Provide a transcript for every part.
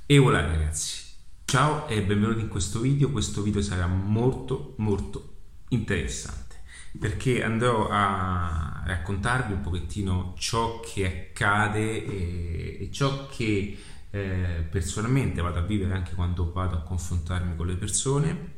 E voilà ragazzi, ciao e benvenuti in questo video. Questo video sarà molto interessante perché andrò a raccontarvi un pochettino ciò che accade e ciò che personalmente vado a vivere anche quando vado a confrontarmi con le persone,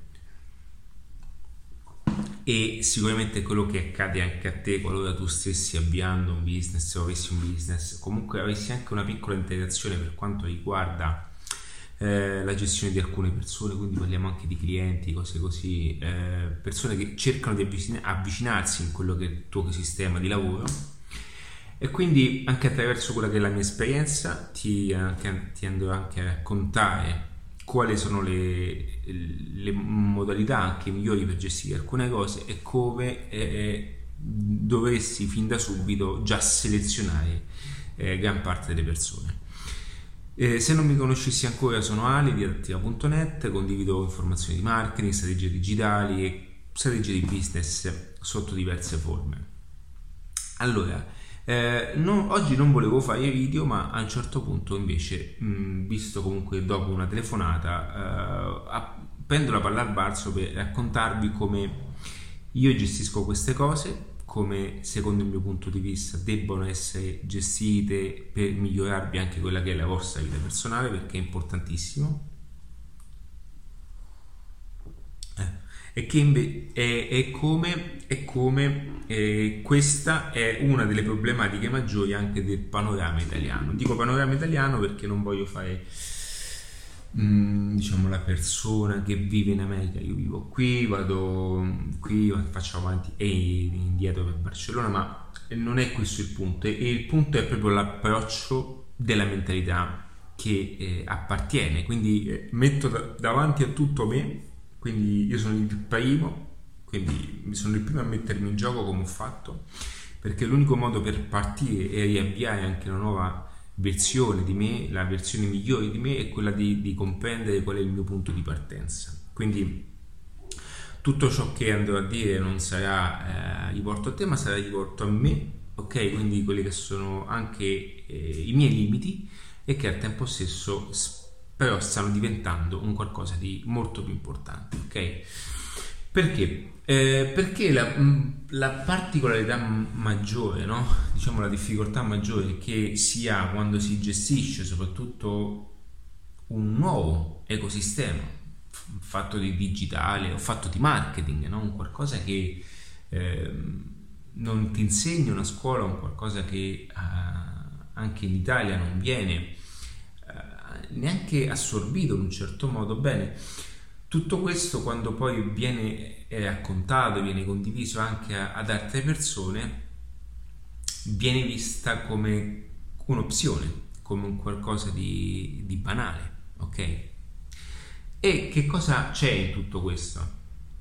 e sicuramente quello che accade anche a te qualora tu stessi avviando un business o avessi un business, comunque avessi anche una piccola interazione per quanto riguarda la gestione di alcune persone. Quindi parliamo anche di clienti, cose così, persone che cercano di avvicinarsi in quello che è il tuo ecosistema di lavoro, e quindi anche attraverso quella che è la mia esperienza ti andrò anche a raccontare quali sono le modalità anche migliori per gestire alcune cose e come dovresti fin da subito già selezionare gran parte delle persone. Se non mi conoscessi ancora, sono Ali di adattiva.net, condivido informazioni di marketing, strategie digitali e strategie di business sotto diverse forme. Allora, oggi non volevo fare video, ma a un certo punto invece, visto comunque dopo una telefonata, prendo la palla al balzo per raccontarvi come io gestisco queste cose, come secondo il mio punto di vista debbono essere gestite per migliorarvi anche quella che è la vostra vita personale, perché è importantissimo, e che è come questa è una delle problematiche maggiori anche del panorama italiano. Dico panorama italiano perché non voglio fare diciamo la persona che vive in America. Io vivo qui, faccio avanti e indietro per Barcellona, ma non è questo il punto. E il punto è proprio l'approccio della mentalità che appartiene. Quindi metto davanti a tutto me. Quindi io sono il primo, quindi sono il primo a mettermi in gioco come ho fatto, perché l'unico modo per partire e riavviare anche una nuova versione di me, la versione migliore di me, è quella di comprendere qual è il mio punto di partenza. Quindi tutto ciò che andrò a dire non sarà rivolto a te, ma sarà rivolto a me, ok? Quindi quelli che sono anche i miei limiti, e che al tempo stesso però stanno diventando un qualcosa di molto più importante, ok? Perché? Perché la particolarità maggiore, no? Diciamo la difficoltà maggiore che si ha quando si gestisce soprattutto un nuovo ecosistema fatto di digitale o fatto di marketing, no? Un qualcosa che non ti insegna una scuola, un qualcosa che anche in Italia non viene neanche assorbito in un certo modo bene. Tutto questo, quando poi viene raccontato, viene condiviso anche ad altre persone, viene vista come un'opzione, come un qualcosa di banale, ok? E che cosa c'è in tutto questo?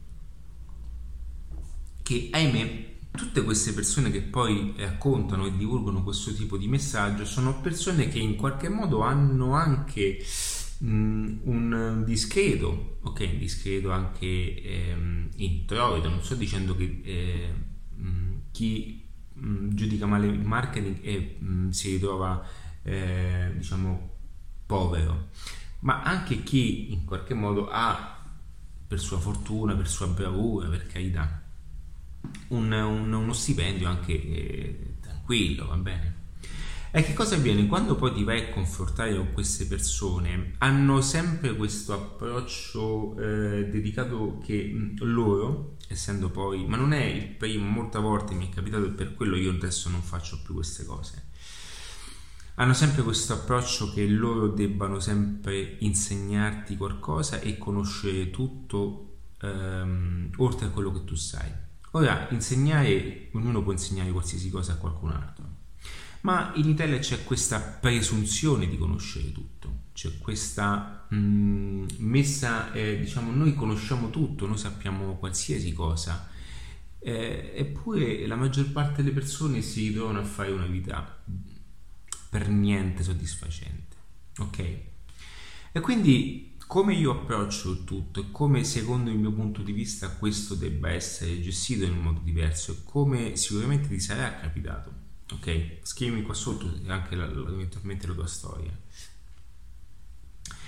Che ahimè tutte queste persone che poi raccontano e divulgano questo tipo di messaggio sono persone che in qualche modo hanno anche un discreto, ok, un discreto anche introito. Non sto dicendo che chi giudica male il marketing e si ritrova diciamo povero, ma anche chi in qualche modo ha, per sua fortuna, per sua bravura, per carità, uno stipendio anche tranquillo, va bene. E che cosa avviene? Quando poi ti vai a confrontare con queste persone, hanno sempre questo approccio dedicato che loro, essendo poi, ma non è il primo, molte volte mi è capitato, e per quello io adesso non faccio più queste cose, hanno sempre questo approccio che loro debbano sempre insegnarti qualcosa e conoscere tutto oltre a quello che tu sai. Ora, insegnare, ognuno può insegnare qualsiasi cosa a qualcun altro, ma in Italia c'è questa presunzione di conoscere tutto, c'è questa messa, diciamo, noi conosciamo tutto, noi sappiamo qualsiasi cosa, eppure la maggior parte delle persone si ritrovano a fare una vita per niente soddisfacente, ok? E quindi come io approccio il tutto e come secondo il mio punto di vista questo debba essere gestito in un modo diverso, e come sicuramente ti sarà capitato, ok? Scrivimi qua sotto anche eventualmente la tua storia.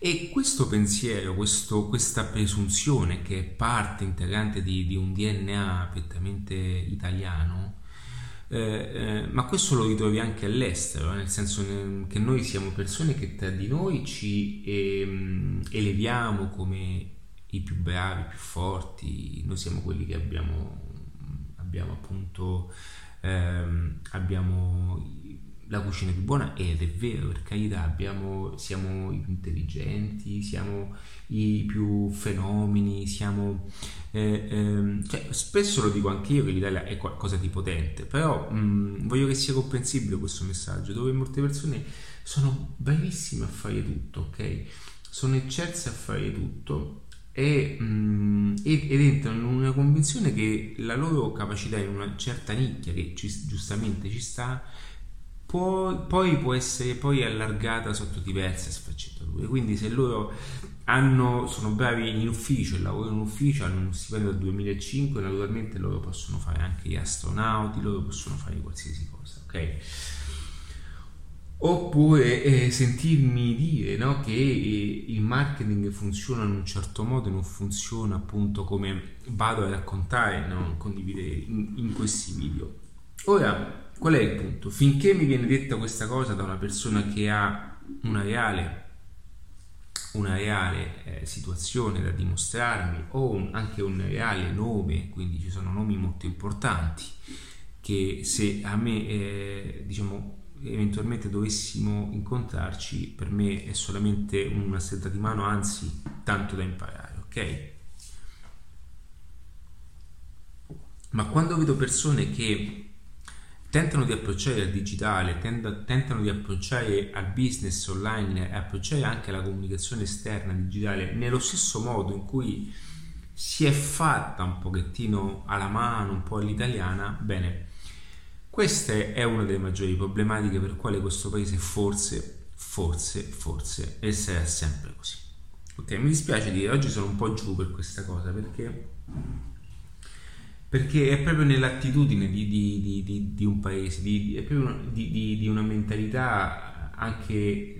E questo pensiero, questa presunzione che è parte integrante di un DNA prettamente italiano, ma questo lo ritrovi anche all'estero, nel senso che noi siamo persone che tra di noi ci eleviamo come i più bravi, i più forti, noi siamo quelli che abbiamo appunto abbiamo la cucina più buona, ed è vero, per carità, siamo i più intelligenti, siamo i più fenomeni, cioè, spesso lo dico anche io che l'Italia è qualcosa di potente, però voglio che sia comprensibile questo messaggio, dove molte persone sono bravissime a fare tutto, ok? Sono eccelse a fare tutto ed entrano in una convinzione che la loro capacità in una certa nicchia che giustamente ci sta poi può essere poi allargata sotto diverse sfaccettature. Quindi se loro sono bravi in ufficio e lavorano in ufficio, hanno uno stipendio del 2005, naturalmente loro possono fare anche gli astronauti, loro possono fare qualsiasi cosa, ok? Oppure sentirmi dire, no, che il marketing funziona in un certo modo e non funziona appunto come vado a raccontare, no, condividere in questi video. Ora, qual è il punto? Finché mi viene detta questa cosa da una persona che ha una reale situazione da dimostrarmi, o anche un reale nome, quindi ci sono nomi molto importanti che se a me diciamo eventualmente dovessimo incontrarci, per me è solamente una stretta di mano, anzi tanto da imparare, ok? Ma quando vedo persone che tentano di approcciare al digitale, tentano di approcciare al business online e approcciare anche alla comunicazione esterna digitale nello stesso modo in cui si è fatta un pochettino alla mano, un po' all'italiana, bene, questa è una delle maggiori problematiche per quale questo paese forse resterà sempre così. Ok, mi dispiace dire, oggi sono un po' giù per questa cosa, perché è proprio nell'attitudine di un paese, è proprio di una mentalità anche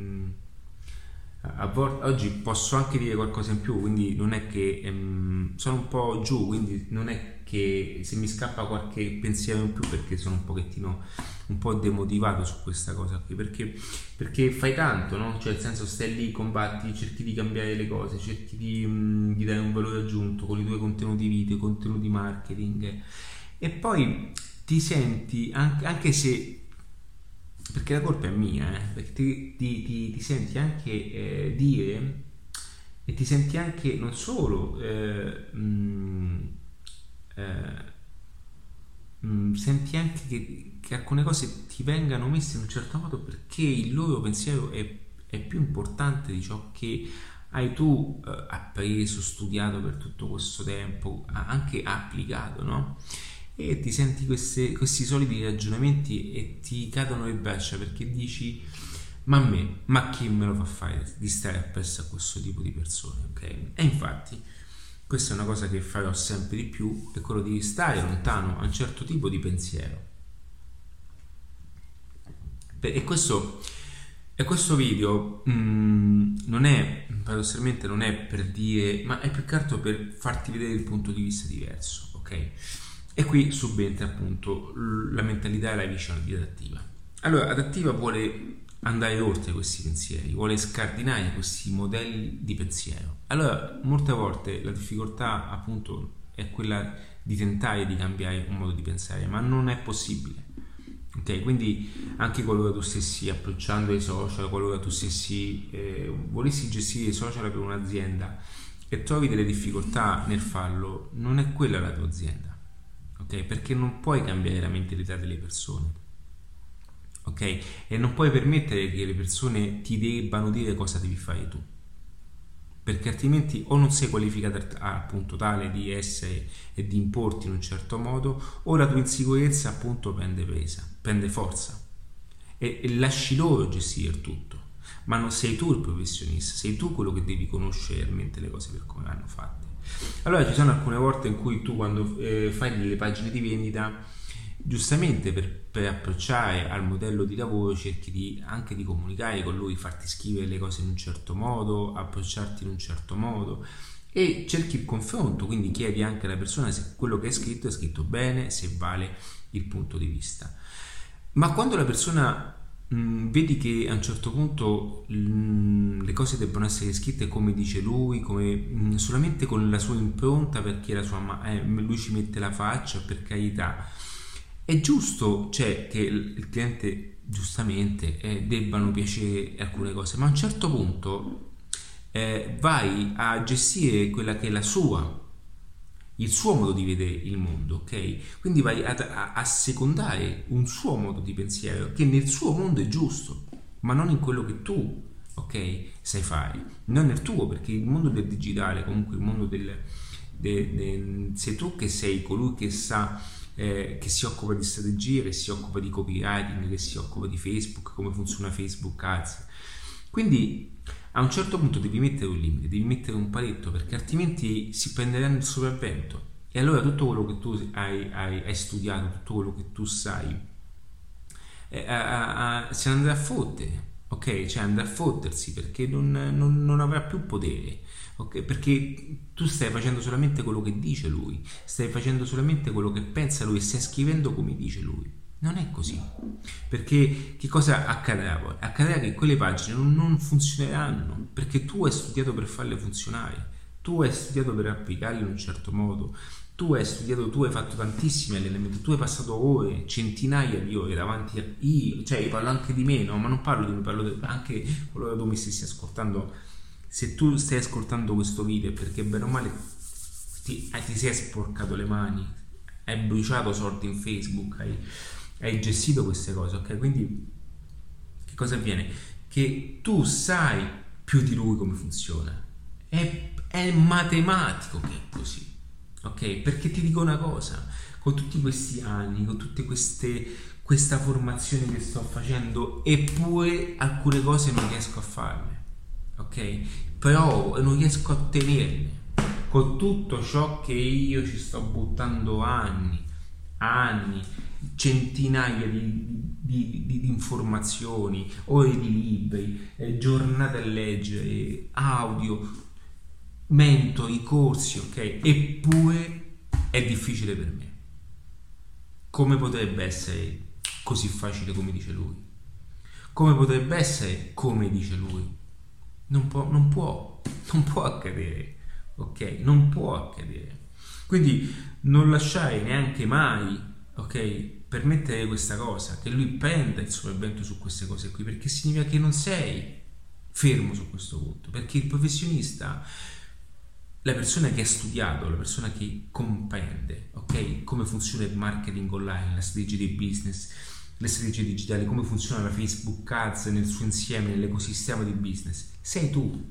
a volte. Oggi posso anche dire qualcosa in più, quindi non è che sono un po' giù, quindi non è che se mi scappa qualche pensiero in più, perché sono un po' demotivato su questa cosa qui, perché fai tanto, no? Cioè, nel senso, stai lì, combatti, cerchi di cambiare le cose, cerchi di dare un valore aggiunto con i tuoi contenuti video, i contenuti marketing, e poi ti senti anche se, perché la colpa è mia, perché ti senti anche dire, e ti senti anche non solo senti anche che alcune cose ti vengano messe in un certo modo perché il loro pensiero è più importante di ciò che hai tu appreso, studiato per tutto questo tempo, anche applicato, no? E ti senti questi soliti ragionamenti e ti cadono le braccia, perché dici: ma chi me lo fa fare di stare appresso a questo tipo di persone, ok? E infatti questa è una cosa che farò sempre di più, è quello di stare lontano a un certo tipo di pensiero. E questo video paradossalmente non è per dire, ma è più che altro per farti vedere il punto di vista diverso, ok? E qui subentra appunto la mentalità e la visione di Adattiva. Allora, Adattiva vuole andare oltre questi pensieri, vuole scardinare questi modelli di pensiero. Allora, molte volte la difficoltà appunto è quella di tentare di cambiare un modo di pensare, ma non è possibile. Ok, quindi anche qualora tu stessi approcciando i social, qualora tu stessi volessi gestire i social per un'azienda e trovi delle difficoltà nel farlo, non è quella la tua azienda, ok? Perché non puoi cambiare la mentalità delle persone, ok? E non puoi permettere che le persone ti debbano dire cosa devi fare tu, perché altrimenti o non sei qualificata appunto tale di essere e di importi in un certo modo, o la tua insicurezza appunto prende forza e lasci loro gestire il tutto, ma non sei tu il professionista, sei tu quello che devi conoscere realmente le cose per come vanno fatte. Allora ci sono alcune volte in cui tu, quando fai delle pagine di vendita, giustamente per approcciare al modello di lavoro cerchi anche di comunicare con lui, farti scrivere le cose in un certo modo, approcciarti in un certo modo e cerchi il confronto, quindi chiedi anche alla persona se quello che è scritto bene, se vale il punto di vista. Ma quando la persona vedi che a un certo punto le cose debbono essere scritte come dice lui, solamente con la sua impronta, perché lui ci mette la faccia, per carità, è giusto, cioè, che il cliente giustamente debbano piacere alcune cose, ma a un certo punto vai a gestire quella che è il suo modo di vedere il mondo, ok? Quindi vai a secondare un suo modo di pensiero che nel suo mondo è giusto, ma non in quello che tu, ok, sai fare, non nel tuo, perché il mondo del digitale, comunque il mondo sei tu che sei colui che sa, che si occupa di strategie, che si occupa di copywriting, che si occupa di Facebook, come funziona Facebook Ads. Quindi a un certo punto devi mettere un limite, devi mettere un paletto, perché altrimenti si prenderanno il sopravvento e allora tutto quello che tu hai studiato, tutto quello che tu sai se ne andrà a fottere, ok? Cioè andrà a fottersi, perché non avrà più potere, ok? Perché tu stai facendo solamente quello che dice lui, stai facendo solamente quello che pensa lui e stai scrivendo come dice lui. Non è così, perché che cosa accadrà poi? Accadrà che quelle pagine non funzioneranno, perché tu hai studiato per farle funzionare, tu hai studiato per applicarle in un certo modo, tu hai fatto tantissimi allenamenti, tu hai passato ore, centinaia di ore davanti a io parlo anche di me, no? Ma non parlo di me, parlo anche qualora tu mi stessi ascoltando. Se tu stai ascoltando questo video è perché bene o male ti sei sporcato le mani, hai bruciato soldi in Facebook, hai gestito queste cose, ok? Quindi che cosa avviene? Che tu sai più di lui come funziona, è matematico che è così, ok? Perché ti dico una cosa, con tutti questi anni, con tutte questa formazione che sto facendo, eppure alcune cose non riesco a farle, ok? Provo e non riesco a ottenerle, con tutto ciò che io ci sto buttando anni, centinaia di informazioni, ore di libri, giornate a leggere, audio, mentori, corsi, ok? Eppure è difficile per me. Come potrebbe essere così facile come dice lui? Come potrebbe essere come dice lui? Non può accadere, ok? Non può accadere. Quindi non lasciare neanche mai, ok, permettere questa cosa, che lui prenda il sopravvento su queste cose qui, perché significa che non sei fermo su questo punto, perché il professionista, la persona che ha studiato, la persona che comprende, ok, come funziona il marketing online, la strategia di business, le strategie digitali, come funziona la Facebook Ads nel suo insieme, nell'ecosistema di business, sei tu,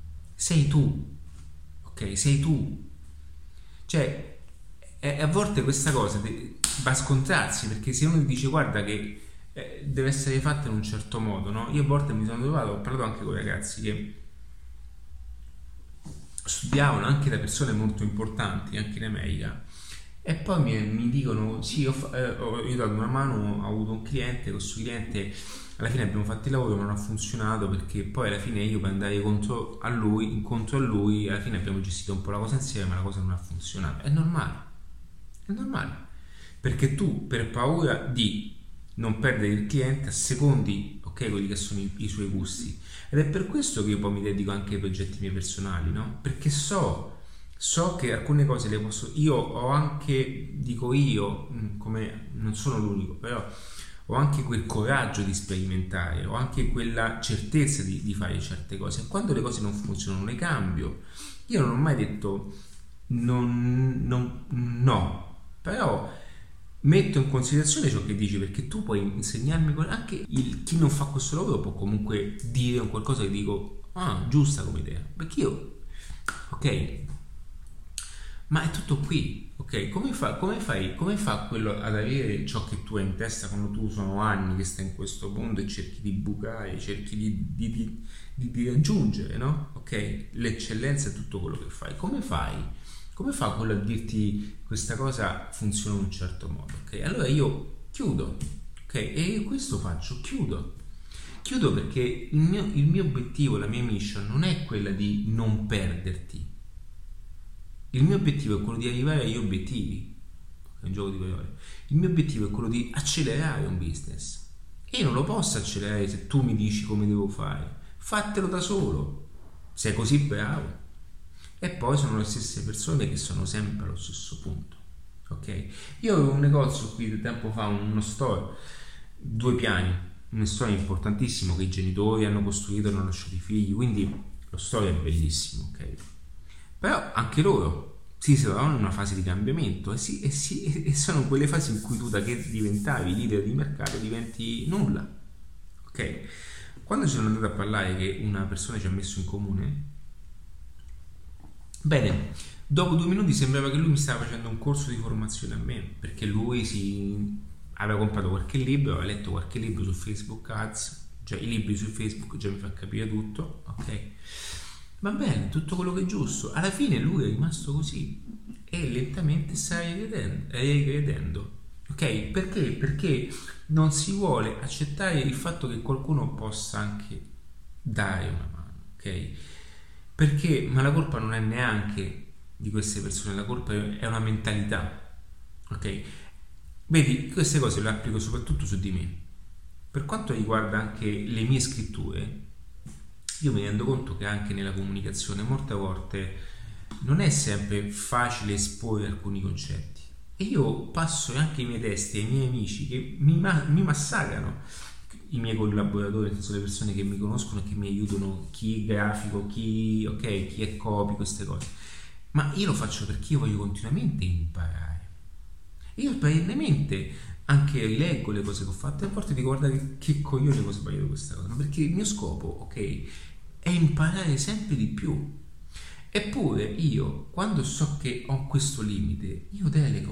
ok, sei tu. Cioè a volte questa cosa va a scontrarsi, perché se uno dice guarda che deve essere fatta in un certo modo, no? Io a volte mi sono trovato, ho parlato anche con ragazzi che studiavano anche da persone molto importanti anche in America e poi mi dicono sì, ho dato una mano, ho avuto un cliente, questo cliente alla fine abbiamo fatto il lavoro, non ha funzionato, perché poi alla fine io per andare incontro a lui alla fine abbiamo gestito un po' la cosa insieme, ma la cosa non ha funzionato. È normale, perché tu per paura di non perdere il cliente assecondi, ok, quelli che sono i suoi gusti, ed è per questo che io poi mi dedico anche ai progetti miei personali, no? Perché so che alcune cose le posso, io ho anche, dico io, come non sono l'unico, però ho anche quel coraggio di sperimentare, ho anche quella certezza di fare certe cose, e quando le cose non funzionano le cambio. Io non ho mai detto no, però metto in considerazione ciò che dici, perché tu puoi insegnarmi anche chi non fa questo lavoro può comunque dire un qualcosa che dico giusta come idea, perché io, ok, ma è tutto qui, ok? Come fa quello ad avere ciò che tu hai in testa quando tu sono anni che stai in questo mondo e cerchi di bucare, cerchi di raggiungere, no? Ok? L'eccellenza è tutto quello che fai. Come fai come fa quello a dirti questa cosa funziona in un certo modo, ok? Allora io chiudo, ok? E questo faccio, chiudo perché il mio obiettivo, la mia mission non è quella di non perderti. Il mio obiettivo è quello di arrivare agli obiettivi, è un gioco di parole. Il mio obiettivo è quello di accelerare un business. E io non lo posso accelerare se tu mi dici come devo fare. Fatelo da solo, sei così bravo. E poi sono le stesse persone che sono sempre allo stesso punto, ok? Io avevo un negozio qui tempo fa, uno store, 2 piani, un store importantissimo che i genitori hanno costruito e hanno lasciato i figli, quindi lo store è bellissimo, ok? Però anche loro si trovavano in una fase di cambiamento e sono quelle fasi in cui tu da che diventavi leader di mercato diventi nulla, ok? Quando ci sono andato a parlare, che una persona ci ha messo in comune, bene, dopo 2 minuti sembrava che lui mi stava facendo un corso di formazione a me, perché lui aveva comprato qualche libro, aveva letto qualche libro su Facebook Ads, cioè i libri su Facebook già mi fa capire tutto, ok? Va bene, tutto quello che è giusto. Alla fine lui è rimasto così e lentamente sta regredendo, ok? Perché? Perché non si vuole accettare il fatto che qualcuno possa anche dare una mano, ok? Perché, ma la colpa non è neanche di queste persone, la colpa è una mentalità, ok? Vedi, queste cose le applico soprattutto su di me. Per quanto riguarda anche le mie scritture, io mi rendo conto che anche nella comunicazione molte volte non è sempre facile esporre alcuni concetti. E io passo anche i miei testi ai miei amici che mi massacrano, i miei collaboratori, nel senso le persone che mi conoscono e che mi aiutano, chi è grafico, chi è copy, queste cose. Ma io lo faccio perché io voglio continuamente imparare. Io perennemente anche rileggo le cose che ho fatto e a volte dico guardate che coglione che ho sbagliato questa cosa, perché il mio scopo, ok, è imparare sempre di più. Eppure io, quando so che ho questo limite, io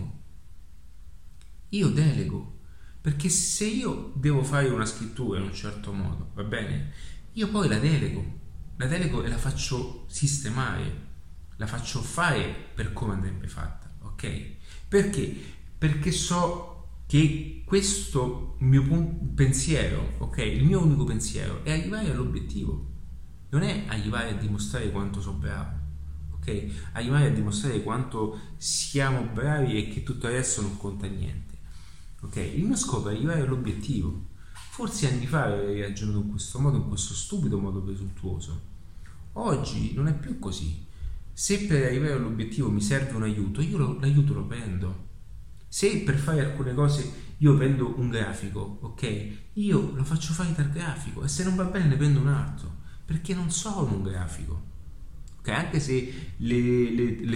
delego, perché se io devo fare una scrittura in un certo modo, va bene, io poi la delego e la faccio sistemare, la faccio fare per come andrebbe fatta, ok? Perché? Perché so che questo mio pensiero, ok, il mio unico pensiero è arrivare all'obiettivo, non è arrivare a dimostrare quanto sono bravo, ok? Arrivare a dimostrare quanto siamo bravi e che tutto il resto non conta niente, ok? Il mio scopo è arrivare all'obiettivo. Forse anni fa avrei ragionato in questo modo, in questo stupido modo presuntuoso. Oggi non è più così. Se per arrivare all'obiettivo mi serve un aiuto, io l'aiuto lo prendo. Se per fare alcune cose io prendo un grafico, ok? Io lo faccio fare dal grafico e se non va bene ne prendo un altro, perché non sono un grafico, ok? Anche se le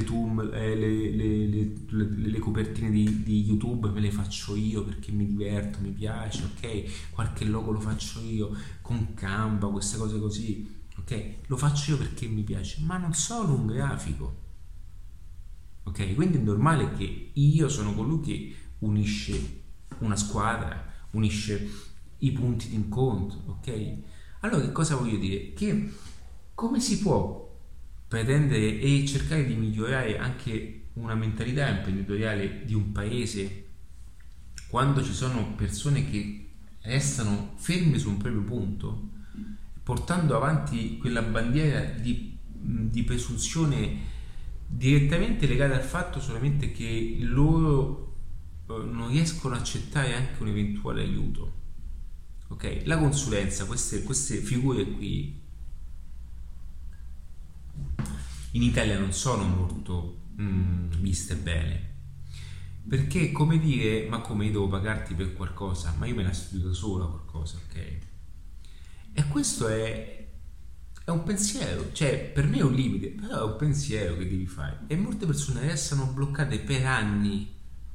copertine di YouTube me le faccio io perché mi diverto, mi piace, ok? Qualche logo lo faccio io con Canva, queste cose così, ok? Lo faccio io perché mi piace, ma non sono un grafico. Ok, quindi è normale che io sono colui che unisce una squadra, unisce i punti di incontro, ok? Allora che cosa voglio dire? Che come si può pretendere e cercare di migliorare anche una mentalità imprenditoriale di un paese quando ci sono persone che restano ferme su un proprio punto, portando avanti quella bandiera di presunzione direttamente legata al fatto solamente che loro non riescono a accettare anche un eventuale aiuto, ok? La consulenza, queste figure qui in Italia non sono molto viste bene, perché come dire, ma come io devo pagarti per qualcosa, ma io me la studio da sola qualcosa, ok? E questo è un pensiero, cioè per me è un limite, però è un pensiero che devi fare e molte persone restano bloccate per anni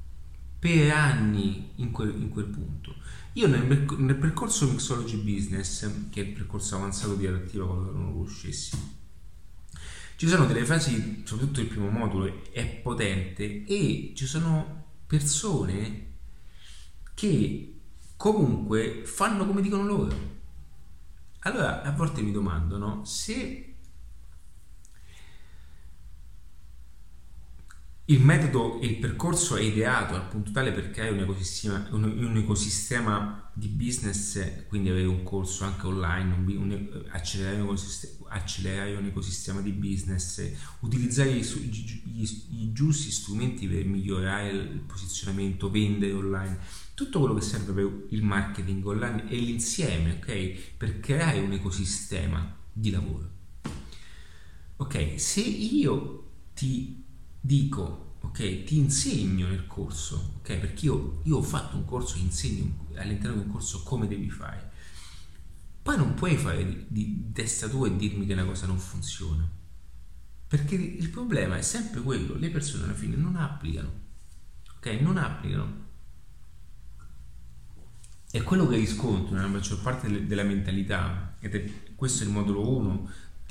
in quel punto. Io nel percorso Mixology Business, che è il percorso avanzato di adattiva quando non lo conoscessi, ci sono delle fasi, soprattutto il primo modulo è potente e ci sono persone che comunque fanno come dicono loro. Allora a volte mi domando, no? Se il metodo e il percorso è ideato al punto tale per creare un ecosistema di business, quindi avere un corso anche online, accelerare un ecosistema di business, utilizzare i giusti strumenti per migliorare il posizionamento, vendere online, tutto quello che serve per il marketing online e l'insieme, ok? Per creare un ecosistema di lavoro. Ok, se io ti dico, ok, ti insegno nel corso, ok, perché io ho fatto un corso, insegno all'interno di un corso come devi fare, poi non puoi fare di testa tua e dirmi che una cosa non funziona, perché il problema è sempre quello, le persone alla fine non applicano, ok, non applicano. È quello che riscontro nella maggior parte della mentalità, questo è il modulo 1,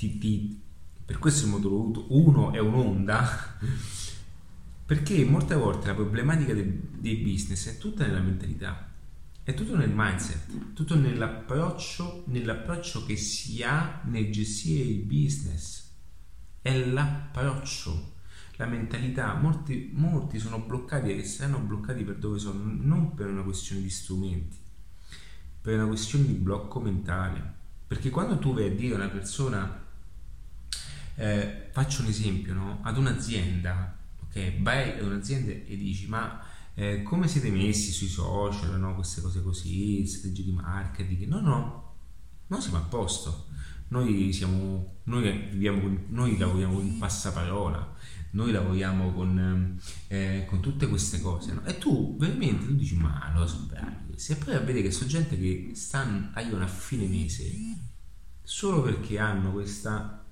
per questo il modulo 1 è un'onda, perché molte volte la problematica dei business è tutta nella mentalità, è tutto nel mindset, tutto nell'approccio che si ha nel gestire il business, è l'approccio, la mentalità. Molti sono bloccati e saranno bloccati per dove sono, non per una questione di strumenti, per una questione di blocco mentale, perché quando tu vai a dire a una persona, faccio un esempio, no? Ad un'azienda, ok, vai ad un'azienda e dici ma come siete messi sui social, no? Queste cose così, strategie di marketing, no, noi siamo a posto, noi lavoriamo con il passaparola, noi lavoriamo con tutte queste cose, no? E tu veramente tu dici ma lo so bravi, se poi a vedere che sono gente che arrivano a fine mese solo perché hanno questa,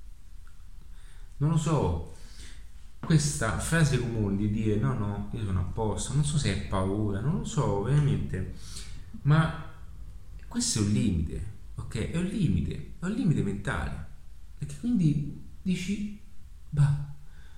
non lo so, questa frase comune di dire no, io sono a posto, non so se è paura, non lo so veramente, ma questo è un limite, ok? È un limite mentale, perché quindi dici, bah,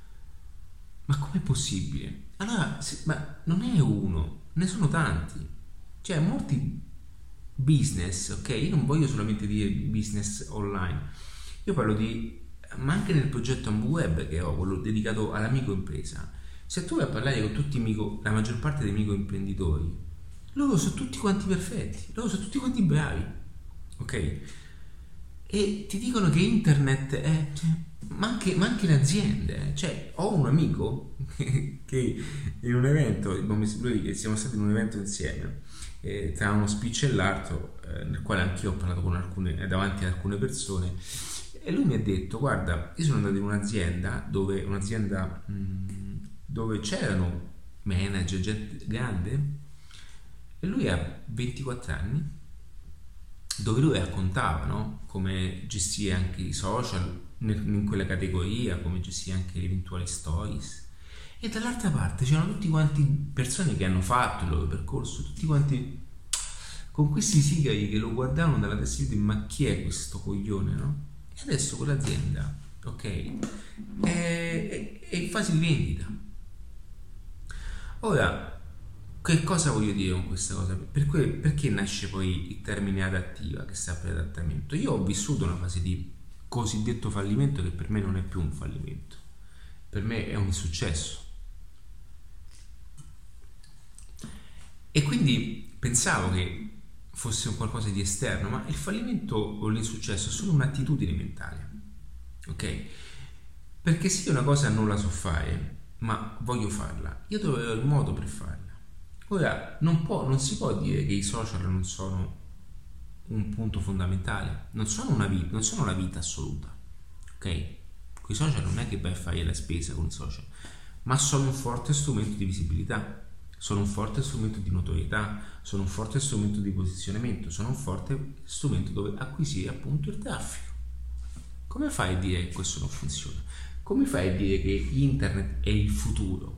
ma com'è possibile? Allora, ma non è uno, ne sono tanti, cioè molti business, ok? Io non voglio solamente dire business online, io parlo ma anche nel progetto AmbuWeb che ho, quello dedicato alla microimpresa, se tu vai a parlare con la maggior parte dei microimprenditori, loro sono tutti quanti perfetti, loro sono tutti quanti bravi, ok? E ti dicono che internet è, cioè, ma anche le aziende, cioè ho un amico che in un evento, che siamo stati in un evento insieme, tra uno speech e l'altro, nel quale anch'io ho parlato davanti ad alcune persone, e lui mi ha detto guarda, io sono andato in un'azienda dove c'erano manager, gente grande, e lui ha 24 anni, dove lui raccontava, no? Come gestire anche i social in quella categoria, come gestire anche le eventuali stories, e dall'altra parte c'erano tutti quanti persone che hanno fatto il loro percorso, tutti quanti con questi sigari che lo guardavano dalla testa di ma chi è questo coglione, no? E adesso quell'azienda, ok, è in fase di vendita. Ora, che cosa voglio dire con questa cosa? Perché nasce poi il termine adattiva, che sta per adattamento? Io ho vissuto una fase di cosiddetto fallimento che per me non è più un fallimento, per me è un insuccesso. E quindi pensavo che fosse un qualcosa di esterno, ma il fallimento o l'insuccesso è solo un'attitudine mentale, ok? Perché se io una cosa non la so fare, ma voglio farla, io troverò il modo per farla. Ora, non si può dire che i social non sono un punto fondamentale, non sono la vita assoluta, ok? Con i social non è che vai a fare la spesa con i social, ma sono un forte strumento di visibilità, sono un forte strumento di notorietà, sono un forte strumento di posizionamento, sono un forte strumento dove acquisire appunto il traffico. Come fai a dire che questo non funziona? Come fai a dire che internet è il futuro?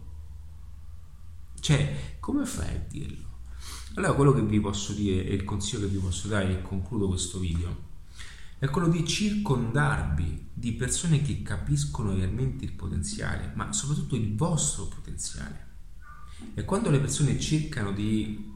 Cioè, come fai a dirlo? Allora, quello che vi posso dire e il consiglio che vi posso dare, e concludo questo video, è quello di circondarvi di persone che capiscono realmente il potenziale, ma soprattutto il vostro potenziale. E quando le persone cercano di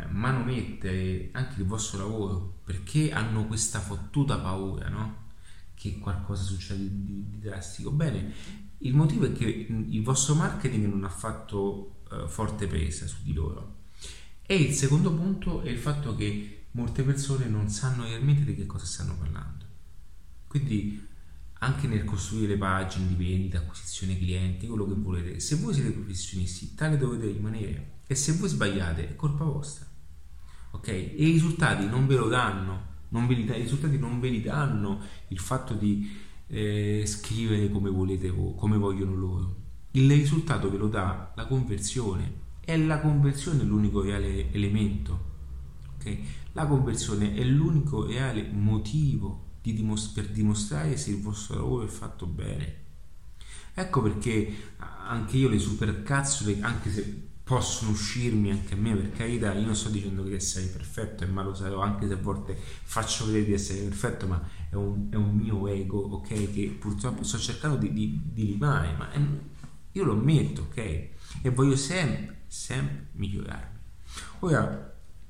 manomettere anche il vostro lavoro, perché hanno questa fottuta paura, no? che qualcosa succede di drastico. Bene, il motivo è che il vostro marketing non ha fatto forte presa su di loro. E il secondo punto è il fatto che molte persone non sanno realmente di che cosa stanno parlando. Quindi anche nel costruire le pagine di vendita, acquisizione clienti, quello che volete, se voi siete professionisti, tale dovete rimanere, e se voi sbagliate è colpa vostra, ok? E i risultati non ve lo danno, i risultati non ve li danno il fatto di scrivere come volete voi, come vogliono loro. Il risultato ve lo dà la conversione, e la conversione è l'unico reale elemento, ok? La conversione è l'unico reale motivo per dimostrare se il vostro lavoro è fatto bene. Ecco perché anche io le supercazzole, anche se possono uscirmi anche a me, per carità, io non sto dicendo che essere perfetto, e ma lo sarò, anche se a volte faccio vedere di essere perfetto, ma è un mio ego, ok, che purtroppo sto cercando di limare, ma io lo ammetto, ok, e voglio sempre migliorarmi. Ora,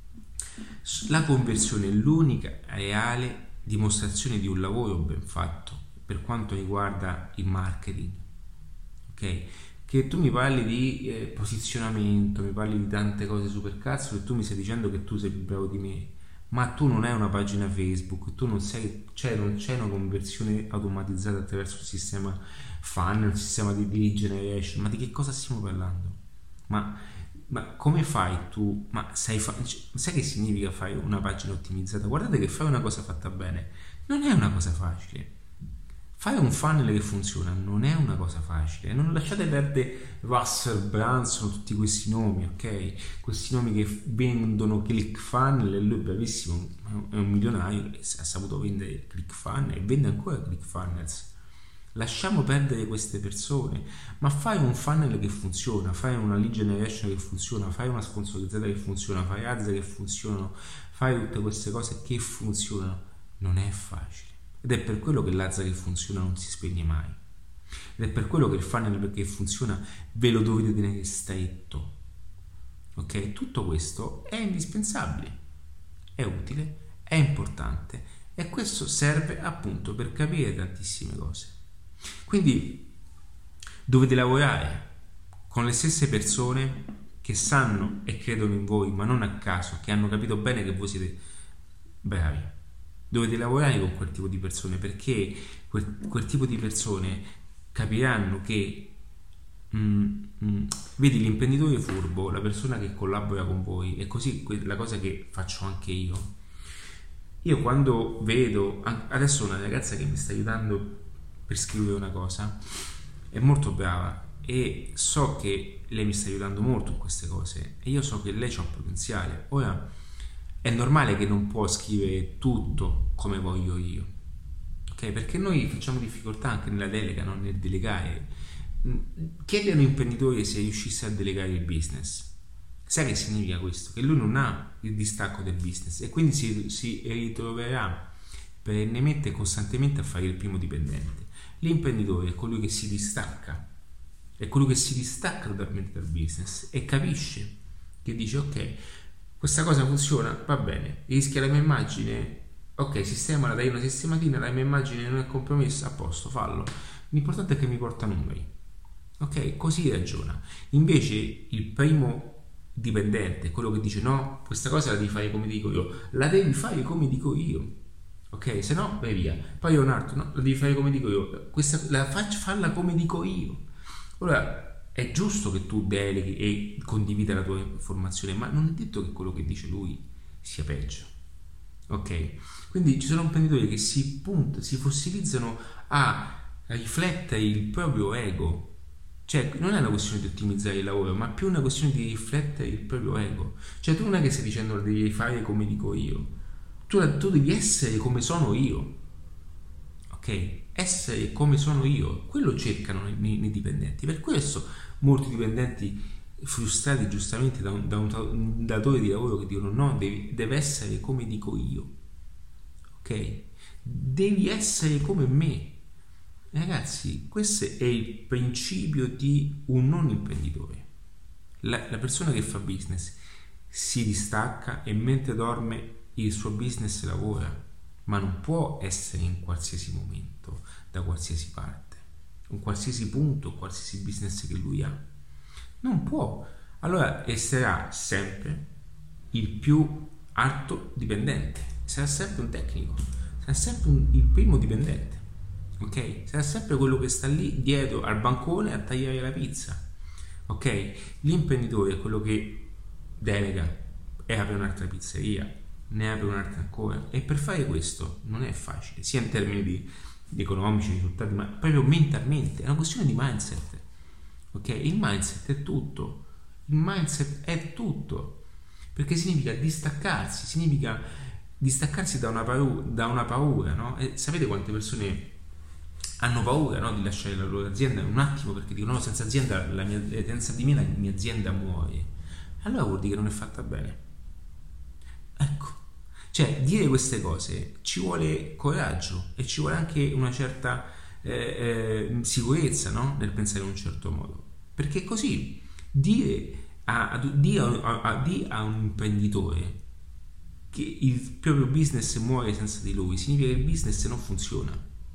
la conversione è l'unica reale dimostrazione di un lavoro ben fatto per quanto riguarda il marketing, ok? Che tu mi parli di posizionamento, mi parli di tante cose super cazzo, e tu mi stai dicendo che tu sei più bravo di me, ma tu non hai una pagina Facebook, tu non sei, non c'è una conversione automatizzata attraverso il sistema funnel, il sistema di lead generation. Ma di che cosa stiamo parlando? Ma come fai tu? Ma sai che significa fare una pagina ottimizzata? Guardate che fare una cosa fatta bene non è una cosa facile. Fare un funnel che funziona non è una cosa facile. Non lasciate perdere Russell Brunson, tutti questi nomi, ok? Questi nomi che vendono ClickFunnels, e lui è bravissimo, è un milionario, ha saputo vendere ClickFunnels e vende ancora ClickFunnels. Lasciamo perdere queste persone, ma fai un funnel che funziona, fai una lead generation che funziona, fai una sponsorizzata che funziona, fai ads che funzionano, fai tutte queste cose che funzionano. Non è facile, ed è per quello che l'azza che funziona non si spegne mai, ed è per quello che il funnel, perché funziona, ve lo dovete tenere stretto, ok? Tutto questo è indispensabile, è utile, è importante, e questo serve appunto per capire tantissime cose. Quindi dovete lavorare con le stesse persone che sanno e credono in voi, ma non a caso, che hanno capito bene che voi siete bravi. Dovete lavorare con quel tipo di persone, perché quel tipo di persone capiranno che vedi, l'imprenditore furbo, la persona che collabora con voi, è così la cosa che faccio anche io. Io quando vedo, adesso una ragazza che mi sta aiutando per scrivere una cosa, è molto brava, e so che lei mi sta aiutando molto in queste cose, e io so che lei c'ha un potenziale. Ora è normale che non può scrivere tutto come voglio io, ok? Perché noi facciamo difficoltà anche nella delega, non nel delegare. Chiedi a un imprenditore se riuscisse a delegare il business. Sai che significa questo? Che lui non ha il distacco del business, e quindi si ritroverà perennemente e costantemente a fare il primo dipendente. L'imprenditore è colui che si distacca, è colui che si distacca totalmente dal business e capisce, che dice ok, questa cosa funziona, va bene, rischia la mia immagine, ok, sistemala, dai una sistematina, la mia immagine non è compromessa, a posto, fallo, l'importante è che mi porta numeri, ok? Così ragiona. Invece il primo dipendente è quello che dice no, questa cosa la devi fare come dico io, la devi fare come dico io, ok? Se no vai via. Poi un altro, no, la devi fare come dico io, farla come dico io. Ora è giusto che tu deleghi e condivida la tua informazione, ma non è detto che quello che dice lui sia peggio, ok? Quindi ci sono imprenditori che si fossilizzano a riflettere il proprio ego. Cioè non è una questione di ottimizzare il lavoro, ma più una questione di riflettere il proprio ego. Cioè tu non è che stai dicendo devi fare come dico io, tu devi essere come sono io, ok? Essere come sono io, quello cercano nei dipendenti. Per questo molti dipendenti frustrati giustamente da un datore di lavoro che dicono no, deve essere come dico io, ok? Devi essere come me. Ragazzi, questo è il principio di un non imprenditore. La persona che fa business si distacca e mentre dorme il suo business lavora. ma non può essere in qualsiasi momento, da qualsiasi parte, in qualsiasi punto, qualsiasi business che lui ha. Non può. Allora sarà sempre il più alto dipendente, sarà sempre un tecnico, sarà sempre il primo dipendente, ok? Sarà sempre quello che sta lì dietro al bancone a tagliare la pizza, ok? L'imprenditore è quello che delega e apre un'altra pizzeria, ne apre un'altra ancora, e per fare questo non è facile, sia in termini di economici, risultati, ma proprio mentalmente, è una questione di mindset, ok? Il mindset è tutto, perché significa distaccarsi da una paura, no? E sapete quante persone hanno paura, no, di lasciare la loro azienda un attimo, perché dicono: no, senza di me la mia azienda muore. Allora vuol dire che non è fatta bene. Ecco, cioè dire queste cose ci vuole coraggio e ci vuole anche una certa sicurezza, no? Nel pensare in un certo modo, perché così dire a un imprenditore che il proprio business muore senza di lui significa che il business non funziona,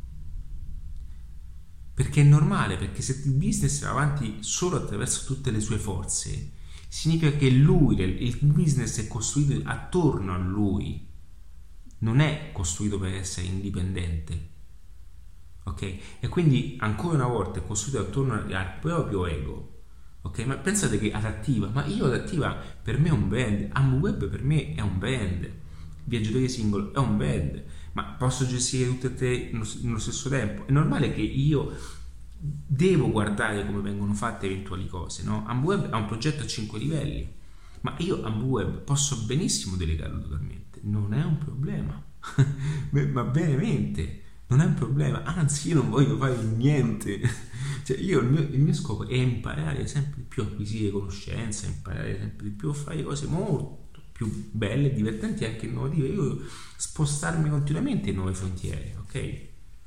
perché è normale, perché se il business va avanti solo attraverso tutte le sue forze significa che il business è costruito attorno a lui, non è costruito per essere indipendente, ok? E quindi ancora una volta è costruito attorno al proprio ego, ok? Ma pensate che Adattiva, per me è un brand, Amweb per me è un brand, Viaggiatore Singolo è un brand, ma posso gestire tutte e tre nello stesso tempo? È normale che io devo guardare come vengono fatte eventuali cose, no? Amweb ha un progetto a 5 livelli, ma io Amweb posso benissimo delegarlo totalmente, non è un problema. Ma veramente non è un problema, anzi io non voglio fare niente, cioè il mio scopo è imparare sempre di più, acquisire conoscenza, imparare sempre di più a fare cose molto più belle, divertenti e anche innovative, io spostarmi continuamente in nuove frontiere, ok?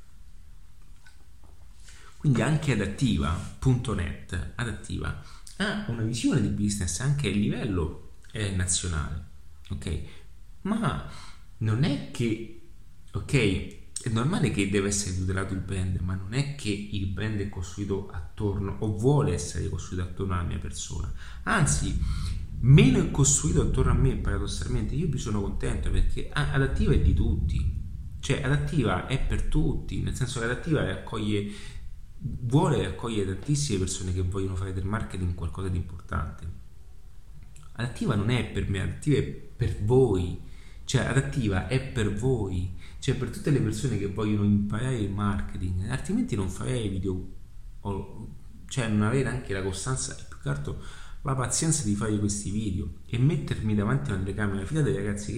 Quindi anche Adattiva.net ha una visione di business anche a livello nazionale, ok? Ma non è che, ok, è normale che deve essere tutelato il brand, ma non è che il brand è costruito attorno o vuole essere costruito attorno alla mia persona, anzi meno è costruito attorno a me, paradossalmente io mi sono contento, perché Adattiva è di tutti, cioè Adattiva è per tutti, nel senso che Adattiva vuole raccogliere tantissime persone che vogliono fare del marketing qualcosa di importante. Adattiva non è per me, Adattiva è per voi, cioè Adattiva è per voi, cioè per tutte le persone che vogliono imparare il marketing, altrimenti non farei video, cioè non avere anche la costanza e più che altro la pazienza di fare questi video e mettermi davanti a una telecamera. Fidatevi ragazzi che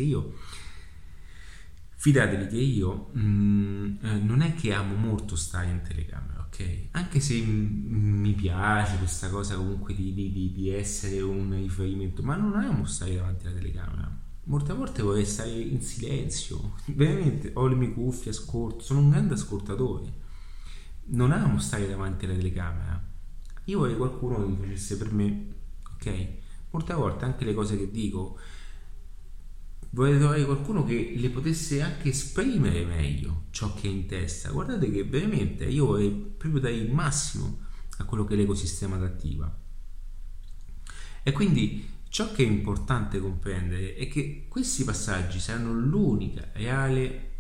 io non è che amo molto stare in telecamera, ok? Anche se mi piace questa cosa comunque di essere un riferimento, ma non amo stare davanti alla telecamera. Molte volte vorrei stare in silenzio, veramente, ho le mie cuffie, ascolto, sono un grande ascoltatore, non amo stare davanti alla telecamera. Io vorrei qualcuno che mi facesse per me, ok? Molte volte anche le cose che dico vorrei trovare qualcuno che le potesse anche esprimere meglio ciò che è in testa. Guardate che veramente io vorrei proprio dare il massimo a quello che è l'ecosistema Adattiva. E quindi ciò che è importante comprendere è che questi passaggi saranno l'unica reale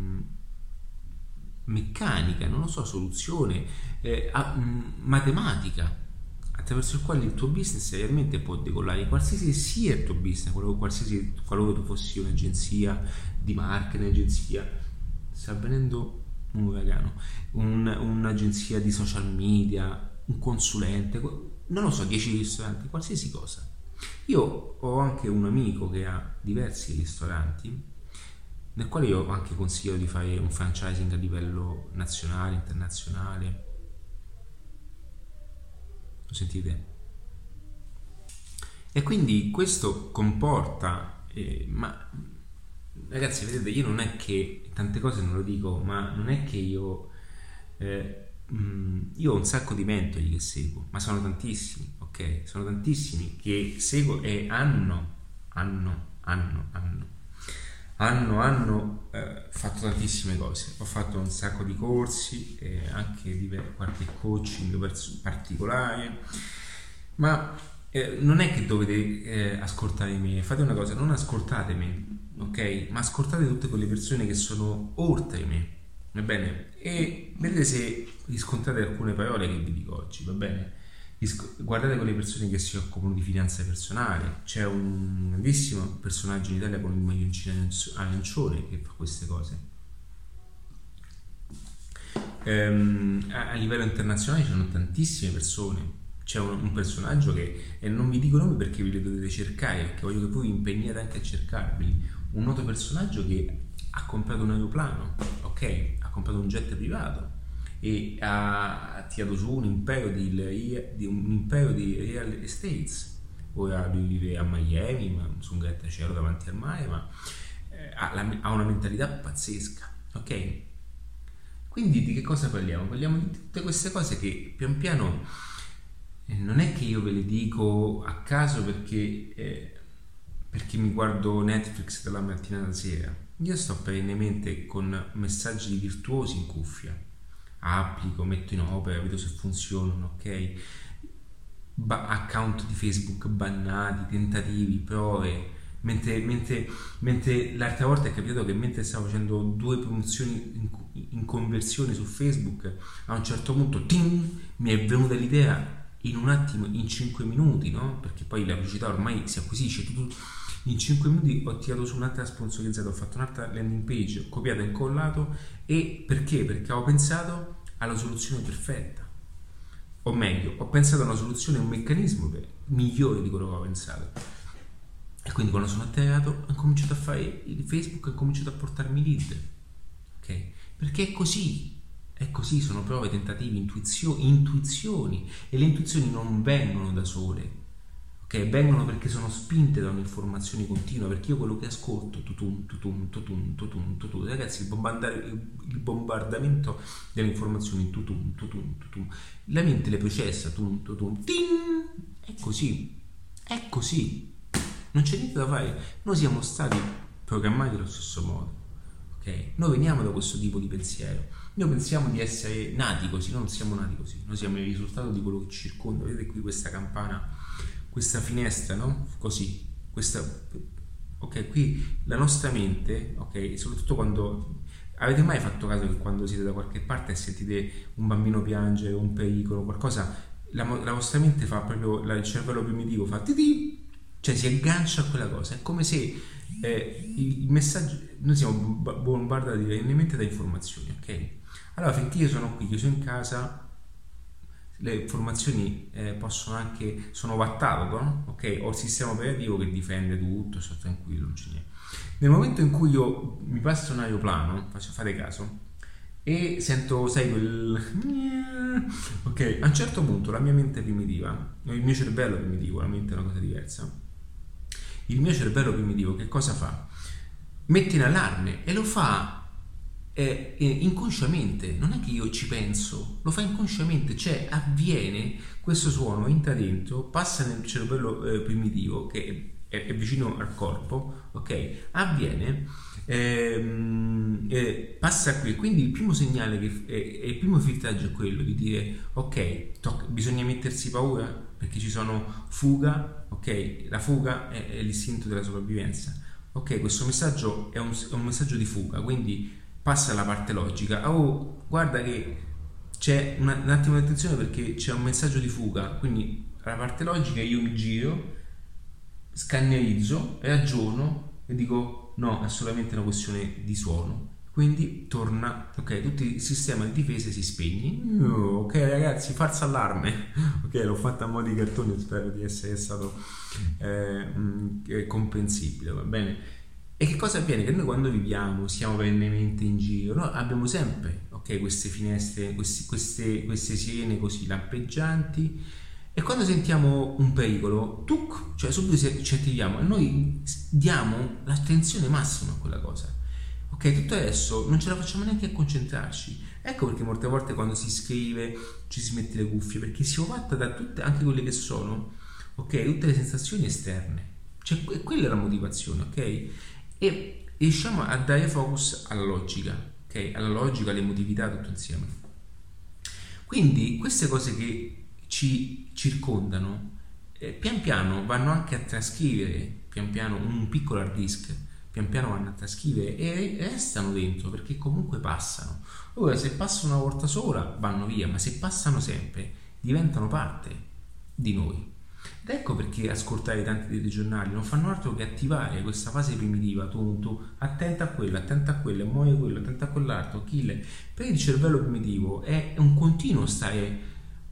meccanica, non lo so, soluzione matematica attraverso il quale il tuo business realmente può decollare, qualsiasi sia il tuo business, qualora tu fossi un'agenzia di marketing, un'agenzia, sta avvenendo un uragano, un'agenzia di social media, un consulente, non lo so, 10 ristoranti, qualsiasi cosa. Io ho anche un amico che ha diversi ristoranti, nel quale io ho anche consigliato di fare un franchising a livello nazionale, internazionale. Lo sentite? E quindi questo comporta, ma ragazzi, vedete, io non è che tante cose non lo dico, ma non è che io ho un sacco di mentori che seguo, ma sono tantissimi, ok? Sono tantissimi che seguo e hanno hanno fatto tantissime cose. Ho fatto un sacco di corsi, anche qualche coaching particolare, ma non è che dovete ascoltare me. Fate una cosa, non ascoltate me, ok? Ma ascoltate tutte quelle persone che sono oltre me, va bene? E vedete se riscontrate alcune parole che vi dico oggi, va bene? Guardate quelle persone che si occupano di finanza personale. C'è un grandissimo personaggio in Italia con il maglioncino arancione che fa queste cose. A livello internazionale ci sono tantissime persone. C'è un personaggio che, e non vi dico nomi perché vi li dovete cercare, perché voglio che voi vi impegnate anche a cercarveli. Un noto personaggio che ha comprato un aeroplano, ok? Ha comprato un jet privato e ha tirato su un impero di real estates. Ora vive a Miami, ma su un grattacielo davanti al mare, ma ha una mentalità pazzesca, ok? Quindi di che cosa parliamo? Parliamo di tutte queste cose che pian piano non è che io ve le dico a caso perché mi guardo Netflix dalla mattina alla sera. Io sto perennemente con messaggi virtuosi in cuffia, applico, metto in opera, vedo se funzionano, ok? Account di Facebook bannati, tentativi, prove. Mentre l'altra volta è capitato che mentre stavo facendo 2 promozioni in conversione su Facebook, a un certo punto mi è venuta l'idea in un attimo, in 5 minuti, no? Perché poi la pubblicità ormai si acquisisce. In 5 minuti ho tirato su un'altra sponsorizzata, ho fatto un'altra landing page, ho copiato e incollato. E perché? Perché ho pensato alla soluzione perfetta, o meglio, ho pensato a una soluzione, un meccanismo migliore di quello che ho pensato. E quindi quando sono atterrato ho cominciato a fare il Facebook, ho cominciato a portarmi lead, ok? Perché è così, sono prove, tentativi, intuizioni, e le intuizioni non vengono da sole, ok? Vengono perché sono spinte da un'informazione continua, perché io quello che ascolto, ragazzi, il bombardamento delle informazioni, la mente le processa, è così, non c'è niente da fare. Noi siamo stati programmati allo stesso modo, ok? Noi veniamo da questo tipo di pensiero. Noi pensiamo di essere nati così, non siamo nati così. Noi siamo il risultato di quello che ci circonda. Vedete qui questa campana, questa finestra, no? Così, ok, qui la nostra mente, ok, soprattutto quando avete mai fatto caso che quando siete da qualche parte e sentite un bambino piangere, un pericolo, qualcosa, la vostra mente fa proprio, il cervello primitivo fa cioè si aggancia a quella cosa. È come se il messaggio, noi siamo bombardati perennemente da informazioni, ok? Allora finché io sono qui chiuso in casa, le informazioni sono wattato, no? Ok? Ho il sistema operativo che difende tutto, sto tranquillo, non c'è niente. Nel momento in cui io mi passo un aeroplano, fate caso, e sento, sai, ok, a un certo punto la mia mente primitiva, il mio cervello primitivo, la mente è una cosa diversa, il mio cervello primitivo che cosa fa? Mette in allarme e lo fa inconsciamente, non è che io ci penso, lo fa inconsciamente, cioè avviene, questo suono entra dentro, passa nel cervello primitivo che è vicino al corpo, ok? Avviene, passa qui, quindi il primo segnale il primo filtraggio è quello di dire ok, bisogna mettersi paura perché ci sono fuga, ok? La fuga è l'istinto della sopravvivenza, ok? Questo messaggio è un messaggio di fuga, quindi passa alla parte logica. Guarda che c'è un attimo di attenzione perché c'è un messaggio di fuga, quindi alla parte logica io mi giro, scannerizzo, ragiono e dico no, è solamente una questione di suono, quindi torna, ok, tutto il sistema di difesa si spegne. Ok ragazzi, falso allarme, ok, l'ho fatta a mo' di cartone, spero di essere stato comprensibile, va bene? E che cosa avviene? Che noi quando viviamo, siamo perennemente in giro, no? Abbiamo sempre, ok, queste finestre, queste sirene così lampeggianti, e quando sentiamo un pericolo, cioè subito ci attiviamo e noi diamo l'attenzione massima a quella cosa. Ok, tutto adesso non ce la facciamo neanche a concentrarci. Ecco perché molte volte quando si scrive ci si mette le cuffie, perché si ovatta da tutte, anche quelle che sono, ok, tutte le sensazioni esterne. Cioè quella è la motivazione, ok? E riusciamo a dare focus alla logica, ok? Alla logica, all'emotività, tutto insieme. Quindi queste cose che ci circondano pian piano vanno anche a trascrivere, pian piano un piccolo hard disk, pian piano vanno a trascrivere e restano dentro perché comunque passano. Ora, se passano una volta sola vanno via, ma se passano sempre diventano parte di noi. Ed ecco perché ascoltare tanti telegiornali non fanno altro che attivare questa fase primitiva, tu attenta a quello, muove quello, attenta a quell'altro, killer. Per il cervello primitivo è un continuo stare,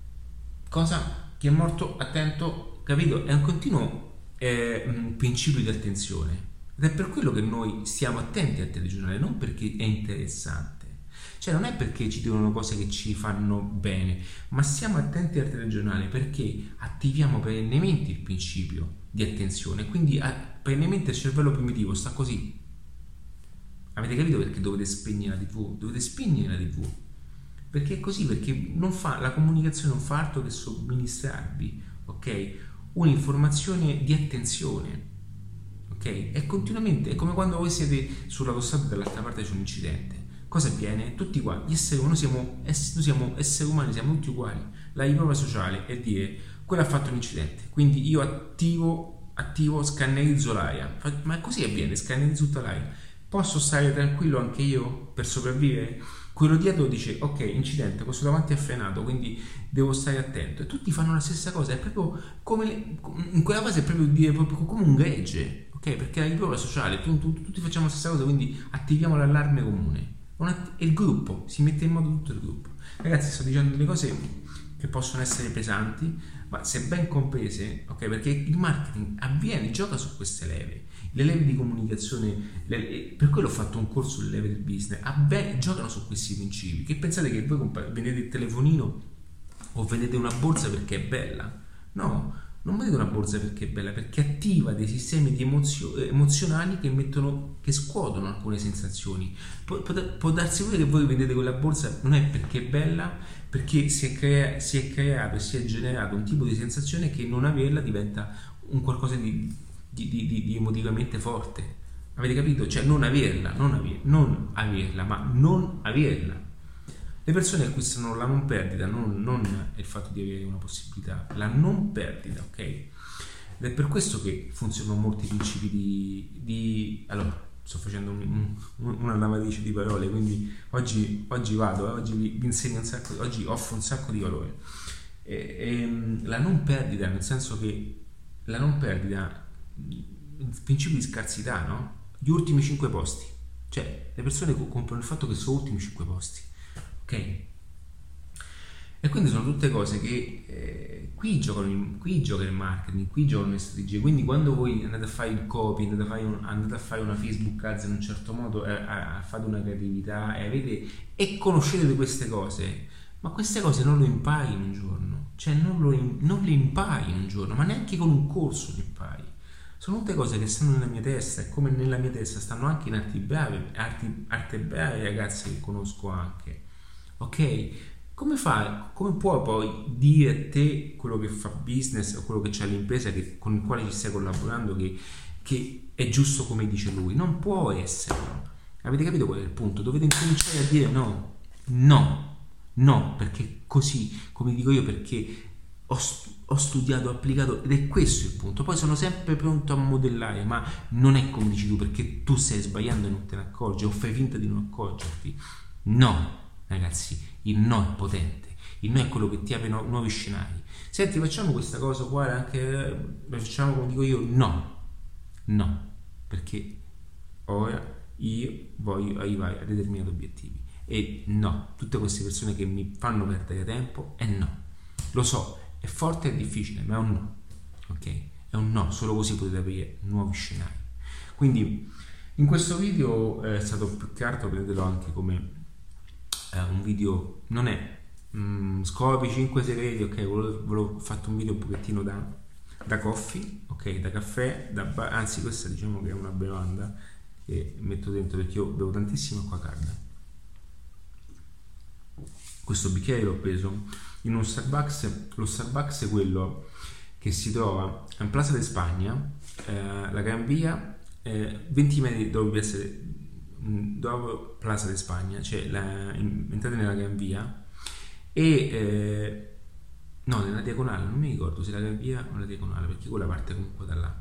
cosa che è morto, attento, capito? È un continuo principio di attenzione. Ed è per quello che noi stiamo attenti al telegiornale, non perché è interessante. Cioè non è perché ci dicono cose che ci fanno bene, ma stiamo attenti al telegiornale perché attiviamo perennemente il principio di attenzione, quindi perennemente il cervello primitivo sta così. Avete capito perché dovete spegnere la TV? Dovete spegnere la TV. Perché è così, perché la comunicazione non fa altro che somministrarvi, ok? Un'informazione di attenzione. Ok? È continuamente, è come quando voi siete sull'autostrada e dall'altra parte c'è un incidente. Cosa avviene? Tutti qua, gli esseri umani, noi siamo esseri umani, siamo tutti uguali. La riprova sociale è dire, quello ha fatto un incidente, quindi io attivo, scannerizzo l'aria. Ma così avviene, scannerizzo tutta l'aria. Posso stare tranquillo anche io per sopravvivere? Quello dietro dice, ok, incidente, questo davanti è frenato, quindi devo stare attento. E tutti fanno la stessa cosa, è proprio come, in quella fase è proprio come un gregge, ok? Perché la riprova sociale, tutti facciamo la stessa cosa, quindi attiviamo l'allarme comune. E il gruppo, si mette in moto tutto il gruppo. Ragazzi, sto dicendo delle cose che possono essere pesanti, ma se ben comprese, ok? Perché il marketing gioca su queste leve, le leve di comunicazione, per quello ho fatto un corso sulle leve del business, giocano su questi principi. Che pensate che voi vendete il telefonino o vendete una borsa perché è bella? No, non vendete una borsa perché è bella, perché attiva dei sistemi di emozionali che scuotono alcune sensazioni. Può darsi pure che voi vendete quella borsa non è perché è bella, perché si è creato e si è generato un tipo di sensazione che non averla diventa un qualcosa di emotivamente forte. Avete capito? Cioè non averla, ma non averla. Le persone acquistano la non perdita, non il fatto di avere una possibilità, la non perdita, ok? Ed è per questo che funzionano molti principi allora, sto facendo una lavatrice di parole, quindi oggi vado, oggi vi insegno oggi offro un sacco di valore. La non perdita, nel senso che la non perdita, il principio di scarsità, no? Gli ultimi 5 posti, cioè le persone comprano il fatto che sono ultimi 5 posti. Ok? E quindi sono tutte cose che qui gioca il marketing, qui giocano le strategie. Quindi quando voi andate a fare il copy, andate a fare una Facebook Ads in un certo modo, fate una creatività e conoscete queste cose, ma queste cose non le impari in un giorno, cioè non le impari in un giorno, ma neanche con un corso le impari. Sono tutte cose che stanno nella mia testa, e come nella mia testa stanno anche in arti bravi ragazzi che conosco anche. Ok? Come puoi poi dire a te, quello che fa business o quello che c'ha l'impresa con il quale ci stai collaborando, che è giusto come dice lui? Non può esserlo. Avete capito qual è il punto? Dovete incominciare a dire no, perché così, come dico io, perché ho studiato, ho applicato, ed è questo il punto. Poi sono sempre pronto a modellare, ma non è come dici tu, perché tu stai sbagliando e non te ne accorgi o fai finta di non accorgerti. No, ragazzi, il no è potente, il no è quello che ti apre nuovi scenari. Senti, facciamo questa cosa uguale anche, facciamo come dico io, no, perché ora io voglio arrivare a determinati obiettivi e no, tutte queste persone che mi fanno perdere tempo è no, lo so, è forte e difficile, ma è un no, ok? È un no, solo così potete aprire nuovi scenari. Quindi in questo video è stato più che altro, prendetelo anche come un video, non è scopri 5 segreti, ok? Volevo fatto un video un pochettino da coffee, ok? Da caffè, anzi questa diciamo che è una bevanda che metto dentro perché io bevo tantissima acqua calda. Questo bicchiere l'ho preso in uno Starbucks. Lo Starbucks è quello che si trova in Plaza de Spagna, la Gran Via, 20 metri dopo Plaza de Spagna, cioè entrate nella Gran Via e no, nella diagonale, non mi ricordo se la Gran Via o la diagonale, perché quella parte comunque da là.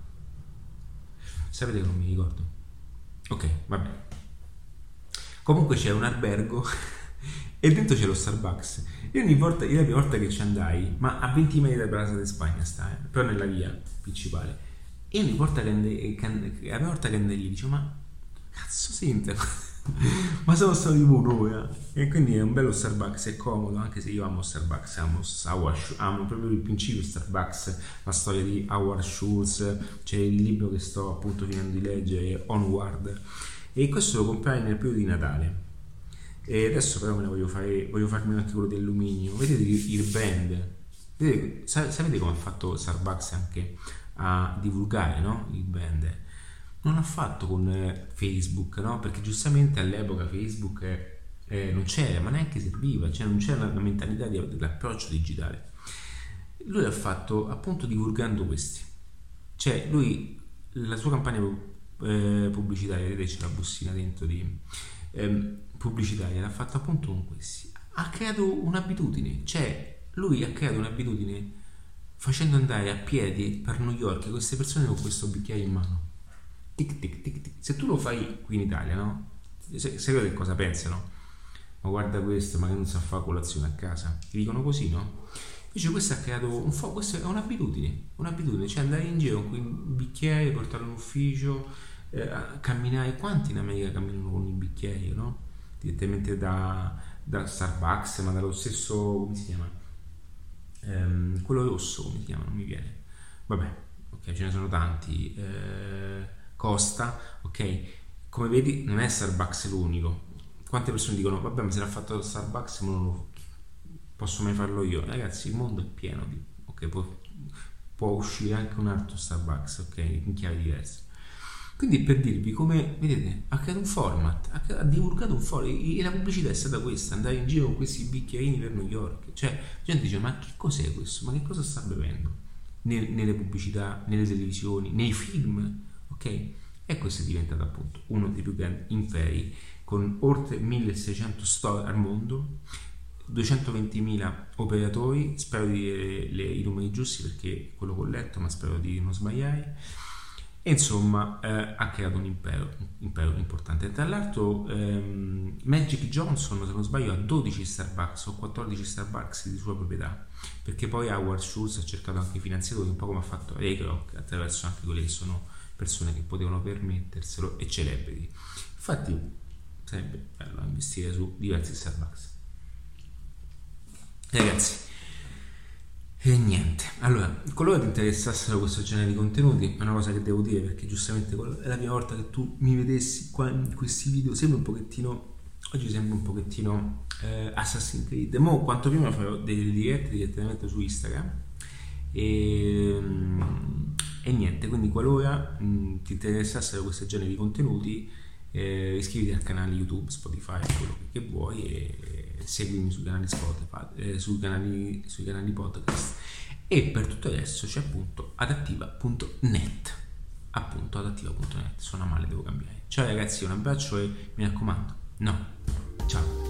Sapete che non mi ricordo. Ok, vabbè. Comunque c'è un albergo e dentro c'è lo Starbucks. Io la prima volta che ci andai, ma a 20 metri da Plaza de Spagna sta, però nella via principale. E ogni volta che andai dicevo, ma cazzo sente? Ma sono stato tipo un'ora. E quindi è un bello Starbucks, è comodo, anche se io amo Starbucks, amo proprio il principio Starbucks, la storia di Howard Schultz, c'è il libro che sto appunto finendo di leggere, Onward, e questo lo comprai nel periodo di Natale. E adesso però me ne voglio farmi anche quello di alluminio. Vedete il brand? Sapete come ha fatto Starbucks anche a divulgare, no? Il brand? Non l'ha fatto con Facebook, no? Perché giustamente all'epoca Facebook non c'era, ma neanche serviva, cioè non c'era la mentalità dell'approccio digitale. Lui l'ha fatto appunto divulgando questi. Cioè lui, la sua campagna pubblicitaria, vedete c'è la bussina dentro di pubblicitaria, l'ha fatta appunto con questi. Ha creato un'abitudine, cioè lui ha creato un'abitudine facendo andare a piedi per New York queste persone con questo bicchiere in mano. Tic tic tic tic. Se tu lo fai qui in Italia, no? Sai che cosa pensano? Ma guarda questo, ma che non sa fare colazione a casa. Ti dicono così, no? Invece questo ha creato questa è un'abitudine, cioè andare in giro con il bicchiere, portarlo in ufficio, camminare. Quanti in America camminano con i bicchieri, no? Direttamente da Starbucks, ma dallo stesso, come si chiama? Quello rosso, come si chiama? Non mi viene. Vabbè, ok, ce ne sono tanti. Costa, ok? Come vedi non è Starbucks l'unico. Quante persone dicono vabbè, ma se l'ha fatto Starbucks ma non lo posso mai farlo io? Ragazzi, il mondo è pieno di, ok, può uscire anche un altro Starbucks, ok, in chiave diverse. Quindi per dirvi come, vedete, ha creato un format, ha divulgato un format, e la pubblicità è stata questa, andare in giro con questi bicchierini per New York. Cioè la gente dice ma che cos'è questo? Ma che cosa sta bevendo? Nelle pubblicità, nelle televisioni, nei film, ok? E questo è diventato appunto uno dei più grandi imperi, con oltre 1600 store al mondo, 220.000 operatori. Spero di dire i numeri giusti perché quello che ho letto, ma spero di non sbagliare. E insomma ha creato un impero importante. Tra l'altro Magic Johnson, se non sbaglio, ha 12 Starbucks o 14 Starbucks di sua proprietà, perché poi Howard Schultz ha cercato anche finanziatori, un po' come ha fatto Ray Kroc, attraverso anche quelle che sono persone che potevano permetterselo e celebrity. Infatti sarebbe bello investire su diversi Starbucks, ragazzi. E niente, allora, qualora ti interessassero questo genere di contenuti, è una cosa che devo dire perché giustamente è la prima volta che tu mi vedessi qua in questi video, oggi sembra un pochettino Assassin's Creed. Mo quanto prima farò delle dirette direttamente su Instagram e niente, quindi qualora ti interessassero questo genere di contenuti, iscriviti al canale YouTube, Spotify, quello che vuoi, e seguimi sui canali Spotify, sui canali podcast, e per tutto adesso c'è appunto adattiva.net, suona male, devo cambiare. Ciao ragazzi, un abbraccio e mi raccomando, no, ciao.